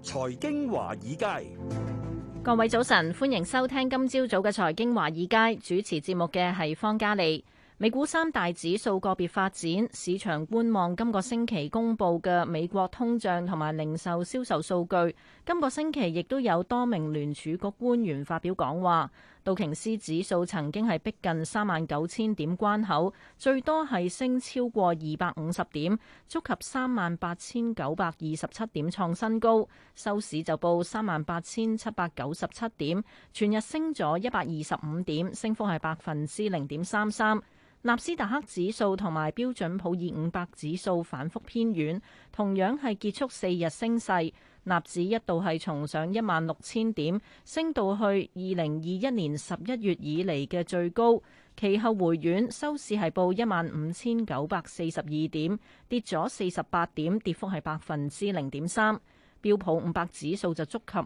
財經華爾街， 各位早晨，歡迎收聽今朝早嘅財經華爾街，主持節目嘅係方嘉利。美股三大指數個別發展，市場觀望今個星期公布嘅美國通脹同埋零售銷售數據。今個星期亦都有多名聯儲局官員發表講話。道瓊斯指數曾經係逼近39,000點關口，最多係升超過250點，觸及38,927點創新高。收市就報38,797點，全日升咗125點，升幅係0.33%。納斯達克指數同埋標準普爾500指數反覆偏軟，同樣係結束4日升勢。納指一度係重上16,000點，升到去2021年11月以嚟嘅最高，其後回軟，收市係報15,942點，跌咗48點，跌幅係0.3%。標普500指數就觸及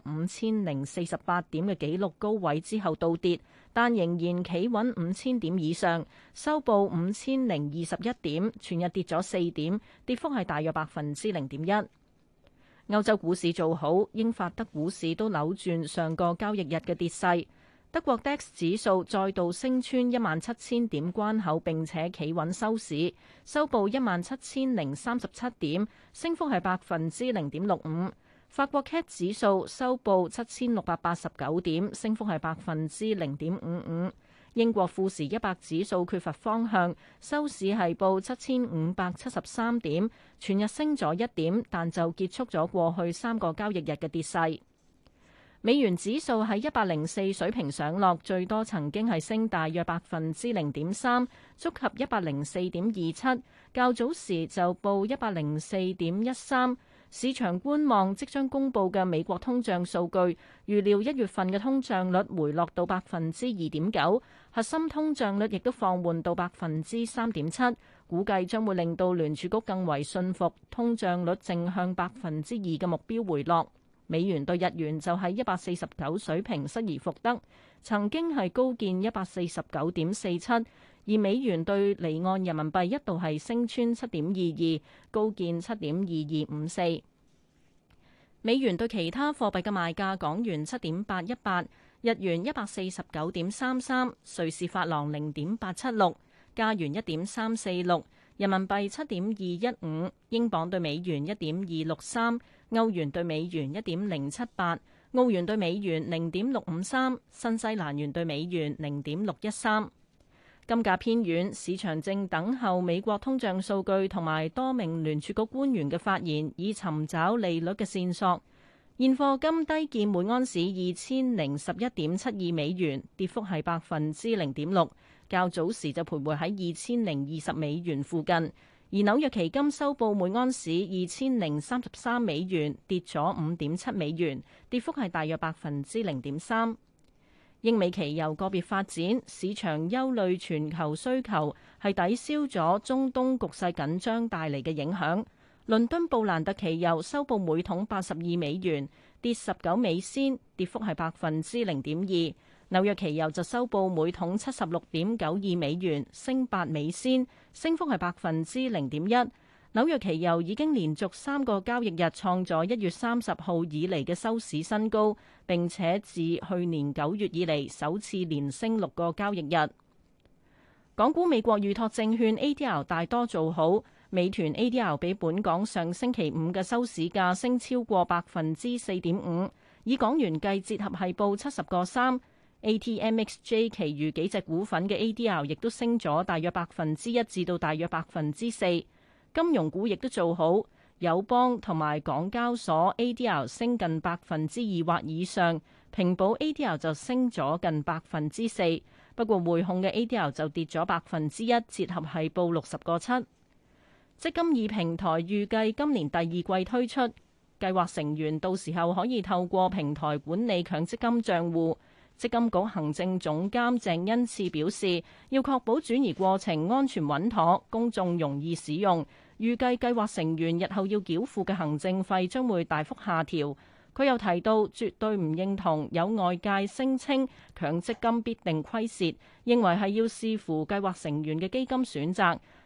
5,048點嘅紀錄高位之後倒跌，但仍然企穩5,000點以上，收報5,021點，全日跌咗4點，跌幅係大約0.1%。歐洲股市做好，英法德股市都扭轉上個交易日嘅跌勢。德國 DAX 指數再度升穿17,000點關口，並且企穩收市，收報17,037點，升幅係0.65%。法國 CAC 指數收報7,689點，升幅係0.55%。英國富時100指數缺乏方向，收市係報7,573點，全日升咗1點，但就結束咗過去3個交易日嘅跌勢。美元指數喺104水平上落，最多曾經係升大約0.3%，觸及104.27。較早時就報104.13。市場觀望即將公佈嘅美國通脹數據，預料1月份嘅通脹率回落到2.9%，核心通脹率亦都放緩到3.7%，估計將會令到聯儲局更為信服通脹率正向2%嘅目標回落。美元對日元就喺149水平失而復得，曾經係高見149.47，而美元對離岸人民幣一度係升穿7.22，高見7.2254。美元對其他貨幣嘅賣價：港元7.818，日元149.33，瑞士法郎0.876，加元1.346，人民幣7.215，英鎊對美元1.263，歐元對美元1.078，澳元對美元0.653，新西蘭元對美元0.613。金價偏軟，市場正等候美國通脹數據同埋多名聯儲局官員嘅發言，以尋找利率嘅線索。現貨金低見每安士2,011.72美元，跌幅係0.6%。較早時就徘徊喺2,020美元附近。而紐約期金收報每安士2,033美元，跌咗5.7美元，跌幅係大約0.3%。英美期油個別發展，市場憂慮全球需求係抵消咗中東局勢緊張帶嚟嘅影響。倫敦布蘭特期油收報每桶82美元，跌19美仙，跌幅係0.2%。紐約期油就收報每桶76.92美元，升8美仙，升幅係0.1%。紐約期油已經連續3個交易日創咗1月30號以嚟嘅收市新高，並且自去年9月以嚟首次連升6個交易日。港股美國預託證券 ADR 大多做好，美團 ADR 比本港上星期五嘅收市價升超過4.5%，以港元計折合係報70個3。ATMXJ 其餘幾隻股份嘅 ADR 亦都升咗大約1%至到大約4%。金融股亦都做好，友邦同埋港交所 ADR 升近2%或以上，平保 ADR 就升咗近4%。不過匯控嘅 ADR 就跌咗1%，折合係報60個7。積金易平台預計今年第二季推出，計劃成員到時候可以透過平台管理強積金帳戶。積金局行政總監鄭恩賜表示，要確保轉移過程安全穩妥，公眾容易使用。預計計劃成員日後要繳付嘅行政費將會大幅下調。佢又提到，絕對唔認同有外界聲稱強積金必定虧蝕，認為係要視乎計劃成員嘅基金選擇。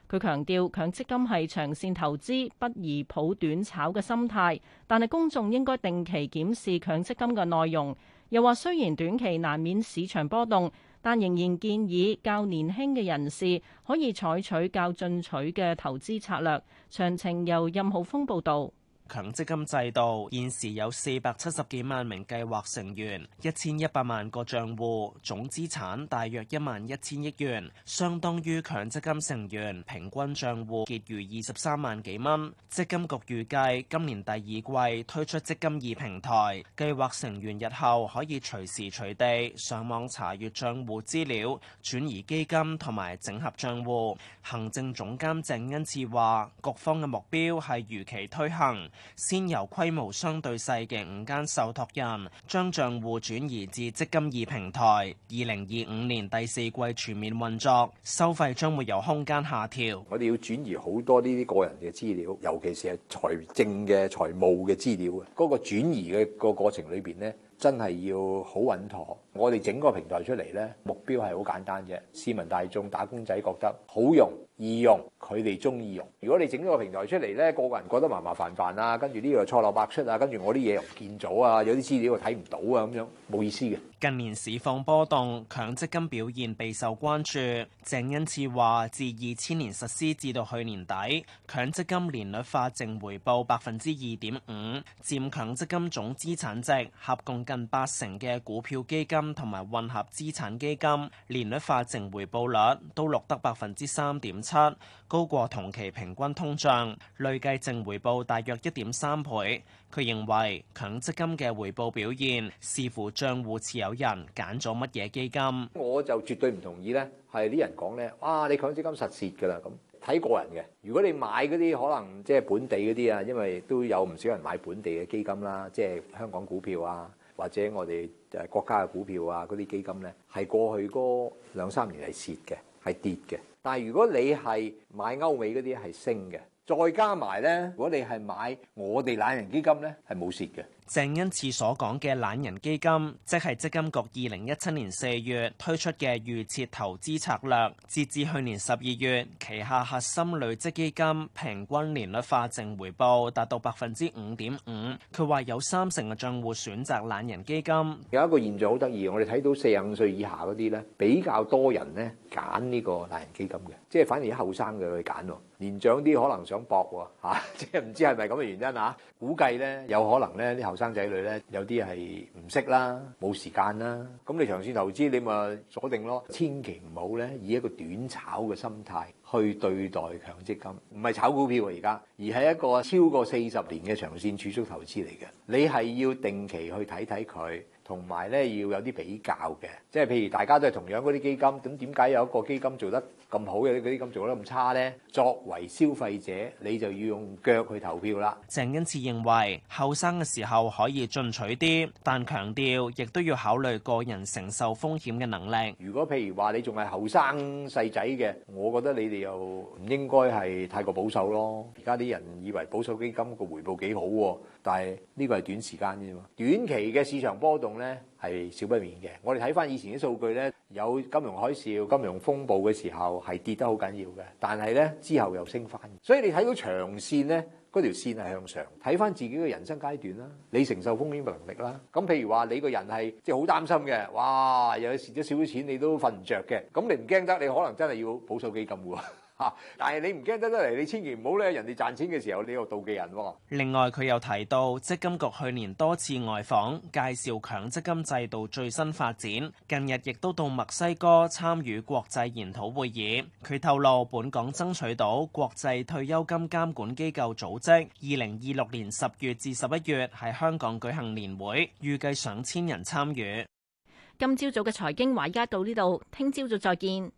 佢強調強積金係長線投資，不宜抱短炒嘅心態，但係公眾應該定期檢視強積金嘅內容。又話雖然短期難免市場波動，但仍然建議較年輕嘅人士可以採取較進取嘅投資策略。詳情由任浩峰報導。 強積金制度現時有470幾萬名計劃成員，1100萬個帳戶，總資產大約11000億元，相當於強積金成員平均帳戶結餘23萬幾蚊。積金局預計今年第二季推出積金易平台，計劃成員日後可以隨時隨地上網查閱帳戶資料、轉移基金同埋整合帳戶。行政總監鄭恩賜話，局方嘅目標係如期推行。先由規模相對細嘅5間受託人將帳戶轉移至積金易平台，2025年第四季全面運作，收費將會有空間下調。 我哋要轉移好多呢啲個人嘅資料，尤其是係財政嘅財務嘅資料啊，嗰個轉移嘅個過程裏邊呢，真係要好穩妥。我哋整個平台出嚟呢，目標係好簡單啫，市民大眾打工仔覺得好用、易用，佢哋中意用。如果你整咗個平台出嚟呢，個個人覺得麻麻煩煩啊，跟住呢個錯漏百出啊，跟住我啲嘢又唔見咗啊，有啲資料又睇唔到啊，咁樣冇意思嘅。 近年市況波動，強積金表現備受關注。鄭恩賜話，自2000年實施至到去年底，強積金年率化淨回報2.5%，佔強積金總資產值合共近80%嘅股票基金同埋混合資產基金年率化淨回報率都錄得3.7%，高過同期平均通脹，累計淨回報大約1.3倍。佢認為強積金嘅回報表現視乎帳戶持有人揀咗乜嘢基金。 我就絕對唔同意呢，係啲人講呢：「哇，你強積金實蝕㗎啦。」咁睇個人嘅。如果你買嗰啲可能即係本地嗰啲啊，因為都有唔少人買本地嘅基金啦，即係香港股票啊，或者我哋國家嘅股票啊，嗰啲基金呢，係過去嗰2-3年係蝕嘅，係跌嘅。但係如果你係買歐美嗰啲係升嘅。再加埋呢，如果你係買我哋懶人基金呢，係冇蝕嘅。 鄭恩賜所講嘅懶人基金，即係積金局2017年4月推出嘅預設投資策略，截至去年12月，旗下核心累積基金平均年率化淨回報達到5.5%。佢話有30%嘅帳戶選擇懶人基金。 有一個現象好得意，我哋睇到45歲以下嗰啲呢，比較多人呢揀呢個懶人基金嘅，即係反而啲後生嘅去揀喎。年長啲可能想搏喎，即係唔知係咪咁嘅原因啊？估計呢，有可能呢啲後生仔女呢，有啲係唔識啦，冇時間啦。咁你長線投資你咪鎖定咯，千祈唔好呢以一個短炒嘅心態去對待強積金，唔係炒股票而家，而係一個超過40年嘅長線儲蓄投資嚟嘅。你係要定期去睇睇佢。同埋咧要有啲比較嘅，即係譬如大家都係同樣嗰啲基金，咁點解有一個基金做得咁好，有啲基金做得咁差呢？作為消費者，你就要用腳去投票啦。 鄭恩賜認為後生嘅時候可以進取啲，但強調亦都要考慮個人承受風險嘅能力。 如果譬如話你仲係後生細仔嘅，我覺得你哋又唔應該係太過保守咯。而家啲人以為保守基金個回報幾好喎，但係呢個係短時間啫嘛，短期嘅市場波動呢係少不免嘅。我哋睇翻以前啲數據呢，有金融海嘯、金融風暴嘅時候係跌得好緊要嘅，但係呢之後又升翻。所以你睇到長線呢，嗰條線係向上。睇翻自己嘅人生階段啦，你承受風險嘅能力啦。咁譬如話你個人係即係好擔心嘅，哇！又蝕咗少少錢你都瞓唔着嘅，咁你唔驚得，你可能真係要保守基金喎。但係你唔驚得得嚟，你千祈唔好咧，人哋賺錢嘅時候你又妒忌人喎。 另外佢又提到，積金局去年多次外訪，介紹強積金制度最新發展。近日亦都到墨西哥參與國際研討會議。佢透露，本港爭取到國際退休金監管機構組織2026年10月至11月喺香港舉行年會，預計上千人參與。 今朝早嘅財經華爾街到呢度，聽朝早再見。